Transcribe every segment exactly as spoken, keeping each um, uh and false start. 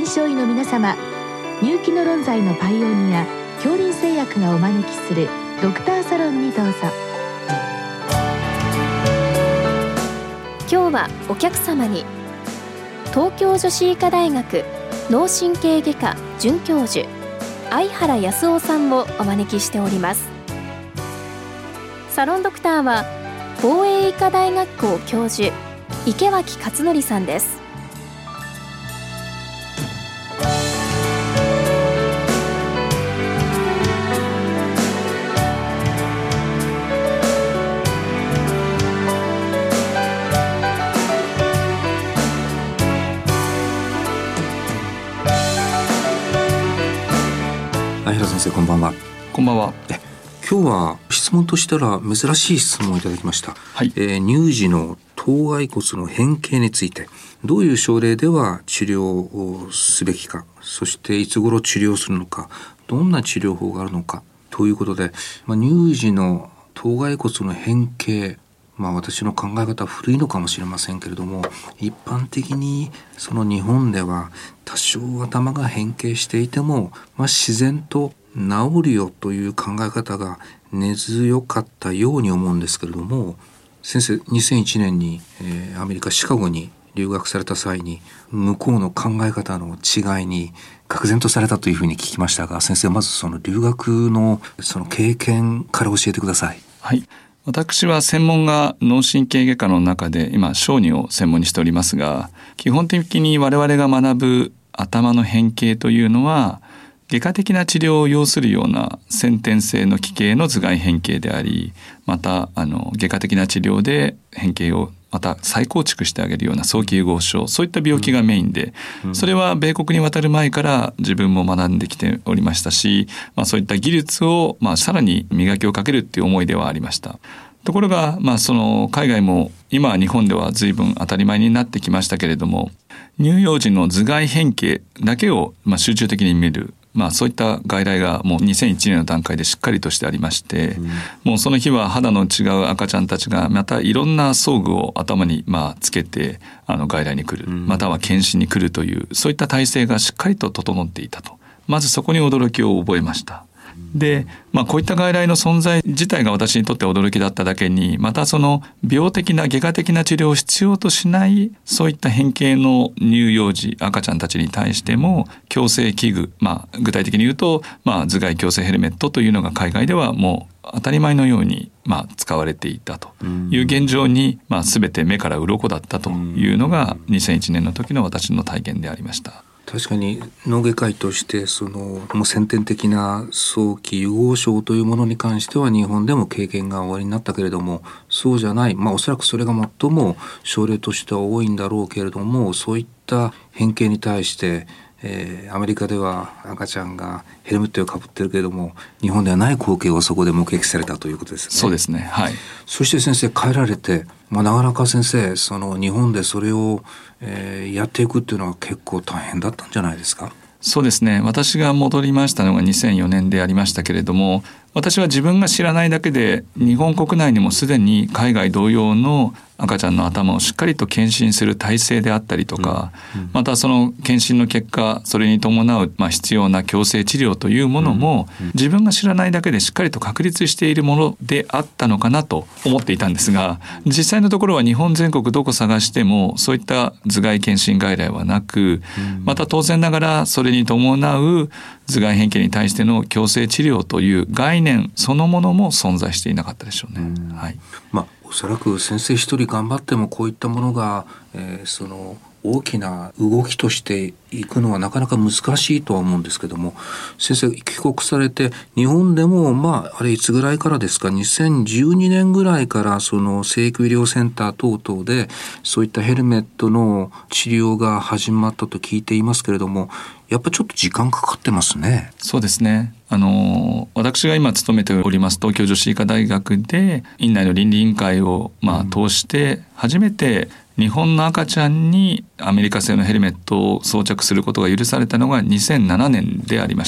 臨床医の皆様、入気の論剤のパイオニア恐林製薬がお招きするドクターサロンにどうぞ。 今日はお客様に東京女子医科大学脳神経外科准教授相原康夫さんをお招きしております。サロンドクターは防衛医科大学校教授池脇勝則さんです。 相原先生、こんばんは。 こんばんは。 え今日は質問としたら珍しい質問をいただきました、 はいえー、乳児の頭蓋骨の変形について、どういう症例では治療をすべきか、そしていつ頃治療するのか、どんな治療法があるのかということで、まあ、乳児の頭蓋骨の変形、まあ、私の考え方は古いのかもしれませんけれども、一般的にその日本では多少頭が変形していても、まあ、自然と治るよという考え方が根強かったように思うんですけれども、先生にせんいちねんに、えー、アメリカシカゴに留学された際に向こうの考え方の違いに愕然とされたというふうに聞きましたが、先生、まずその留学のその経験から教えてください。 はい、私は専門が脳神経外科の中で今小児を専門にしておりますが、基本的に我々が学ぶ頭の変形というのは外科的な治療を要するような先天性の奇形の頭蓋変形であり、またあの外科的な治療で変形をまた再構築してあげるような早期融合症、そういった病気がメインで、うん、それは米国に渡る前から自分も学んできておりましたし、まあ、そういった技術を、まあ、さらに磨きをかけるっていう思いではありました。ところが、まあ、その海外も今日本では随分当たり前になってきましたけれども、乳幼児の頭蓋変形だけをまあ集中的に見る、まあ、そういった外来がもうにせんいちねんの段階でしっかりとしてありまして、うん、もうその日は肌の違う赤ちゃんたちがまたいろんな装具を頭にまあつけてあの外来に来る、うん、または検診に来るという、そういった体制がしっかりと整っていたと、まずそこに驚きを覚えました。で、まあ、こういった外来の存在自体が私にとって驚きだっただけに、またその病的な外科的な治療を必要としないそういった変形の乳幼児赤ちゃんたちに対しても矯正器具、まあ、具体的に言うと、まあ、頭蓋矯正ヘルメットというのが海外ではもう当たり前のようにまあ使われていたという現状に、まあ、全て目から鱗だったというのがにせんいちねんの時の私の体験でありました。 確かに脳外科医としてそのもう先天的な早期融合症というものに関しては日本でも経験がおありになったけれども、そうじゃない、まあ、おそらくそれが最も症例としては多いんだろうけれども、そういった変形に対してえー、アメリカでは赤ちゃんがヘルメットをかぶってるけれども、日本ではない光景をそこで目撃されたということですね。 そうですね、はい。 そして先生帰られて、まあ、なかなか先生その日本でそれを、えー、やっていくっていうのは結構大変だったんじゃないですか。 そうですね、私が戻りましたのがにせんよねんでありましたけれども、私は自分が知らないだけで日本国内にもすでに海外同様の赤ちゃんの頭をしっかりと検診する体制であったりとか、うんうん、またその検診の結果それに伴うまあ必要な矯正治療というものも、うんうん、自分が知らないだけでしっかりと確立しているものであったのかなと思っていたんですが、実際のところは日本全国どこ探してもそういった頭蓋検診外来はなく、うん、また当然ながらそれに伴う頭蓋変形に対しての矯正治療という概念そのものも存在していなかったでしょうね。うん、はい。 まあおそらく先生一人頑張ってもこういったものが、えー、その大きな動きとしていくのはなかなか難しいとは思うんですけども、先生帰国されて日本でもまああれいつぐらいからですか、にせんじゅうにねんぐらいからその生育医療センター等々でそういったヘルメットの治療が始まったと聞いていますけれども、やっぱちょっと時間かかってますね。 そうですね。あの私が今勤めております東京女子医科大学で院内の倫理委員会をまあ通して初めて日本の赤ちゃんにアメリカ製のヘルメットを装着することが許されたのがにせんななねんでありました。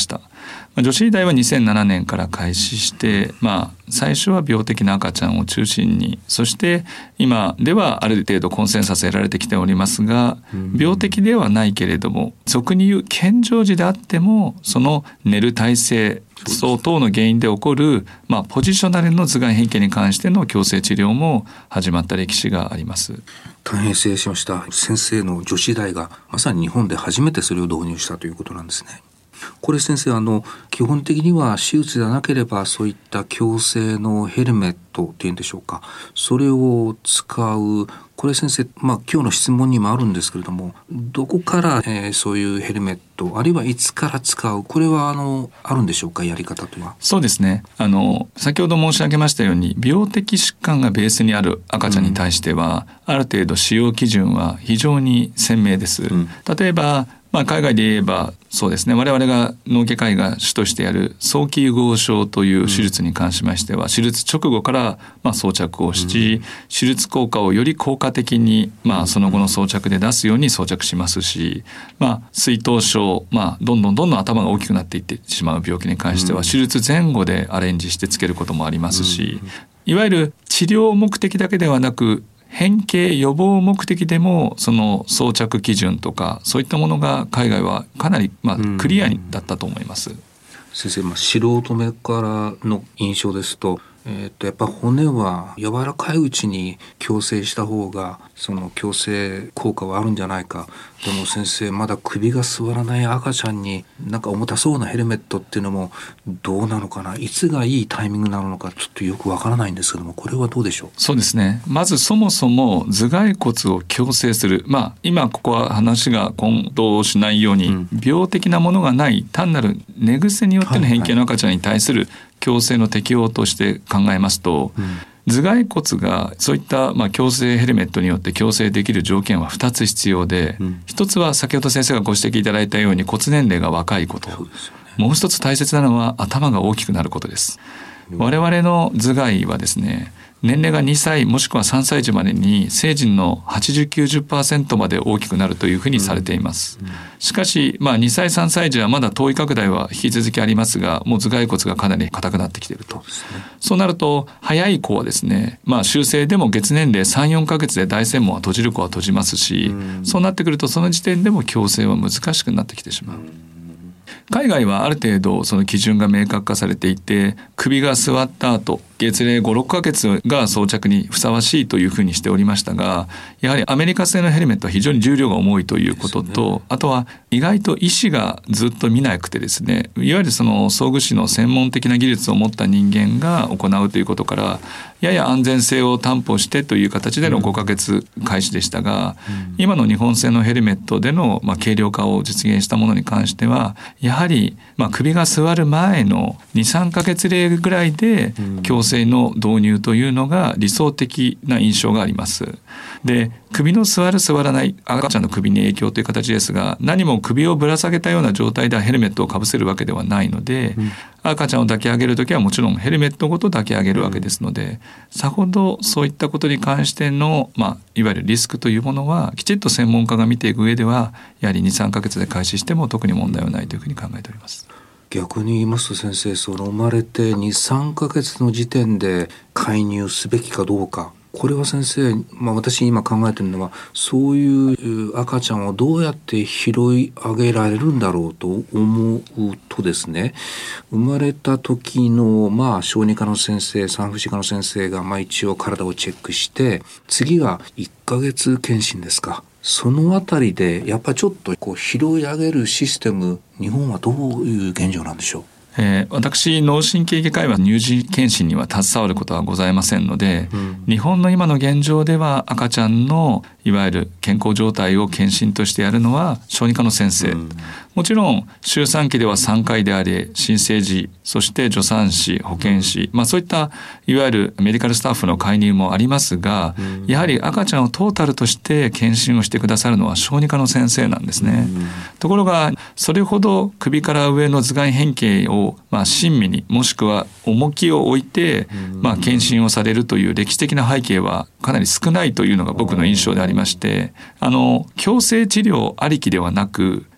女子医大はにせんななねんから開始して、まあ、最初は病的な赤ちゃんを中心に、そして今ではある程度コンセンサス得られてきておりますが、病的ではないけれども俗に言う健常児であってもその寝る体勢相当の原因で起こる、まあ、ポジショナルの頭蓋変形に関しての矯正治療も始まった歴史があります。 大変失礼しました。先生の女子医大がまさに日本で初めてそれを導入したということなんですね。これ先生、あの基本的には手術でなければそういった矯正のヘルメットっていうんでしょうか、それを使う。これ先生、まあ、今日の質問にもあるんですけれども、どこから、えー、そういうヘルメット、あるいはいつから使う、これはあのあるんでしょうか、やり方とは。 そうですね、あの先ほど申し上げましたように病的疾患がベースにある赤ちゃんに対しては、うん、ある程度使用基準は非常に鮮明です、うん、例えばまあ、海外で言えばそうですね、我々が脳外科医が主としてやる早期融合症という手術に関しましては、うん、手術直後からまあ装着をし、うん、手術効果をより効果的にまあその後の装着で出すように装着しますし、まあ、水頭症、まあ、どんどんどんどん頭が大きくなっていってしまう病気に関しては、うん、手術前後でアレンジしてつけることもありますし、うん、いわゆる治療目的だけではなく変形予防目的でもその装着基準とかそういったものが海外はかなりまあクリアだったと思います。 先生、まあ、素人目からの印象ですと、えー、とやっぱ骨は柔らかいうちに矯正した方がその矯正効果はあるんじゃないか。でも先生、まだ首が座らない赤ちゃんになんか重たそうなヘルメットっていうのもどうなのかな、いつがいいタイミングなのかちょっとよくわからないんですけども、これはどうでしょう。 そうですね、まずそもそも頭蓋骨を矯正する、まあ、今ここは話が混同しないように、うん、病的なものがない単なる寝癖によっての変形の赤ちゃんに対する矯正の適用として考えますと、うん、頭蓋骨がそういったまあ矯正ヘルメットによって矯正できる条件はふたつ必要で、うん、ひとつは先ほど先生がご指摘いただいたように骨年齢が若いこと、そうですよね、もう一つ大切なのは頭が大きくなることです、うん、我々の頭蓋はですね、年齢がにさいもしくはさんさい児までに成人の はちじゅうきゅうじゅっパーセント まで大きくなるというふうにされています、うんうん、しかし、まあ、にさいさんさい児はまだ頭位拡大は引き続きありますが、もう頭蓋骨がかなり硬くなってきていると。 そうですね、そうなると早い子はですね、まあ、修正でも月年齢 さんよんかげつで大繊毛は閉じる子は閉じますし、うん、そうなってくるとその時点でも矯正は難しくなってきてしまう。海外はある程度その基準が明確化されていて、首が座った後月齢ご、ろっかげつが装着にふさわしいというふうにしておりましたが、やはりアメリカ製のヘルメットは非常に重量が重いということと、ね、あとは意外と医師がずっと見なくてですね、いわゆるその装具士の専門的な技術を持った人間が行うということから、やや安全性を担保してという形でのごかげつ開始でしたが、うん、今の日本製のヘルメットでのまあ軽量化を実現したものに関しては、やはりまあ首が座る前のに、さんかげつ例ぐらいで矯正の導入というのが理想的な印象があります。で、首の座る座らない赤ちゃんの首に影響という形ですが、何も首をぶら下げたような状態ではヘルメットをかぶせるわけではないので、うん、赤ちゃんを抱き上げるときはもちろんヘルメットごと抱き上げるわけですので、うん、さほどそういったことに関しての、まあ、いわゆるリスクというものはきちっと専門家が見ていく上では、やはりに、さんかげつで開始しても特に問題はないというふうに考えております。 逆に言いますと先生、その生まれてに、さんかげつの時点で介入すべきかどうか、これは先生、まあ、私今考えているのは、そういう赤ちゃんをどうやって拾い上げられるんだろうと思うとですね、生まれた時の、まあ、小児科の先生、産婦人科の先生が、まあ、一応体をチェックして、次がいっかげつ検診ですか。そのあたりでやっぱりちょっとこう拾い上げるシステム、日本はどういう現状なんでしょう。 えー、私脳神経外科医は乳児検診には携わることはございませんので、うん、日本の今の現状では赤ちゃんのいわゆる健康状態を検診としてやるのは小児科の先生、うん、もちろん周産期ではさんかいであれ新生児、そして助産師、保健師、まあ、そういったいわゆるメディカルスタッフの介入もありますが、うん、やはり赤ちゃんをトータルとして検診をしてくださるのは小児科の先生なんですね、うん、ところがそれほど首から上の頭蓋変形をまあ親身にもしくは重きを置いてまあ検診をされるという歴史的な背景はかなり少ないというのが僕の印象でありまして、あの矯正治療ありきではなく、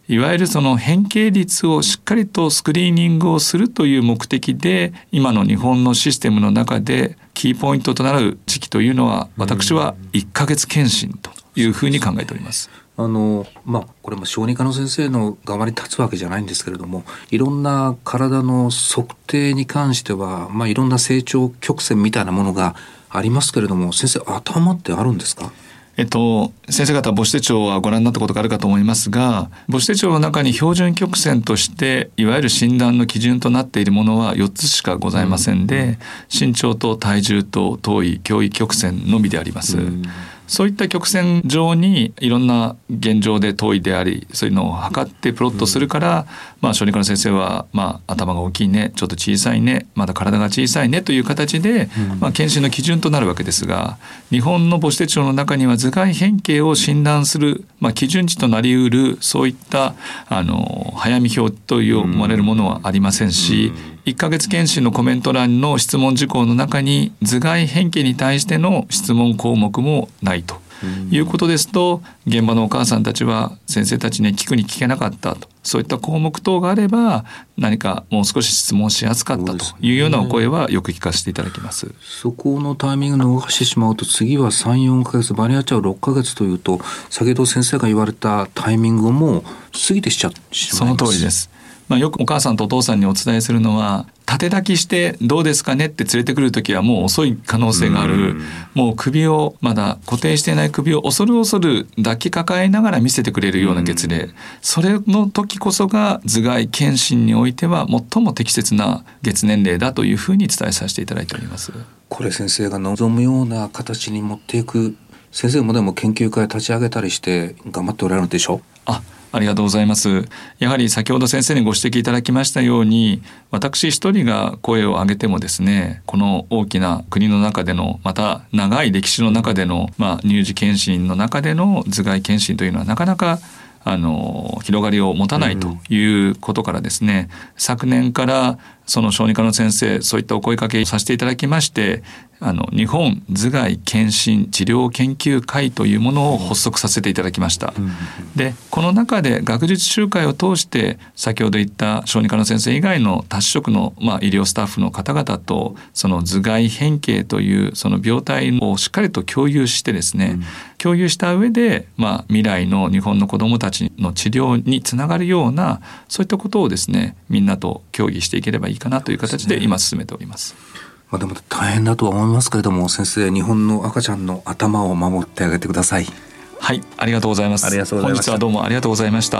いわゆるその変形率をしっかりとスクリーニングをするという目的で今の日本のシステムの中でキーポイントとなる時期というのは私はいっかげつ検診というふうに考えております。 あのまあ、これも小児科の先生の側に立つわけじゃないんですけれども、いろんな体の測定に関しては、まあ、いろんな成長曲線みたいなものがありますけれども、先生頭ってあるんですか？ えっと、先生方母子手帳はご覧になったことがあるかと思いますが、母子手帳の中に標準曲線としていわゆる診断の基準となっているものはよっつしかございませんで、身長と体重と頭位胸囲曲線のみであります。そういった曲線上にいろんな現状で頭位であり、そういうのを測ってプロットするから、まあ、小児科の先生は、まあ、頭が大きいね、ちょっと小さいね、まだ体が小さいねという形で、まあ、検診の基準となるわけですが、日本の母子手帳の中には頭蓋変形を診断する、まあ、基準値となりうるそういったあの早見表という思われるものはありませんし、いっかげつ検診のコメント欄の質問事項の中に頭蓋変形に対しての質問項目もないということですと、現場のお母さんたちは先生たちに聞くに聞けなかったと、そういった項目等があれば何かもう少し質問しやすかったというようなお声はよく聞かせていただきます。 そこのタイミングを逃してしまうと、次はさん、よんかげつ、場合によっちゃろっかげつというと、先ほど先生が言われたタイミングも過ぎてしちゃってしまいます。 その通りです。まあ、よくお母さんとお父さんにお伝えするのは、縦抱きしてどうですかねって連れてくるときはもう遅い可能性がある。もう首をまだ固定していない首を恐る恐る抱きかかえながら見せてくれるような月齢、それの時こそが頭蓋検診においては最も適切な月年齢だというふうに伝えさせていただいております。 これ先生が望むような形に持っていく、先生もでも研究会立ち上げたりして頑張っておられるんでしょう？ あありがとうございます。やはり先ほど先生にご指摘いただきましたように、私一人が声を上げてもですね、この大きな国の中での、また長い歴史の中での、まあ、乳児検診の中での頭蓋検診というのはなかなかあの広がりを持たないということからですね、うん、昨年からその小児科の先生、そういったお声かけさせていただきまして、あの日本頭蓋検診治療研究会というものを発足させていただきました。うん、でこの中で学術集会を通して先ほど言った小児科の先生以外の多種職の、まあ、医療スタッフの方々とその頭蓋変形というその病態をしっかりと共有してですね、うん、共有した上で、まあ、未来の日本の子どもたちの治療につながるようなそういったことをですね、みんなと協議していければいいかなという形で今進めております。 まあ、でも大変だとは思いますけれども、先生、日本の赤ちゃんの頭を守ってあげてください。 はい、ありがとうございます。 ありがとうございました。 本日はどうもありがとうございました。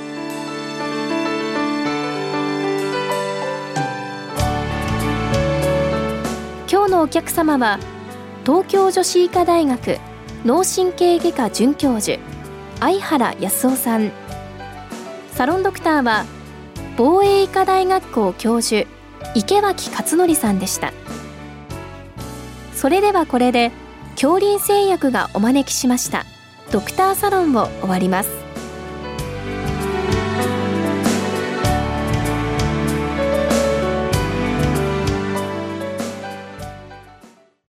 今日のお客様は東京女子医科大学脳神経外科准教授相原康夫さん、サロンドクターは防衛医科大学校教授池脇勝則さんでした。それではこれで杏林製薬がお招きしましたドクターサロンを終わります。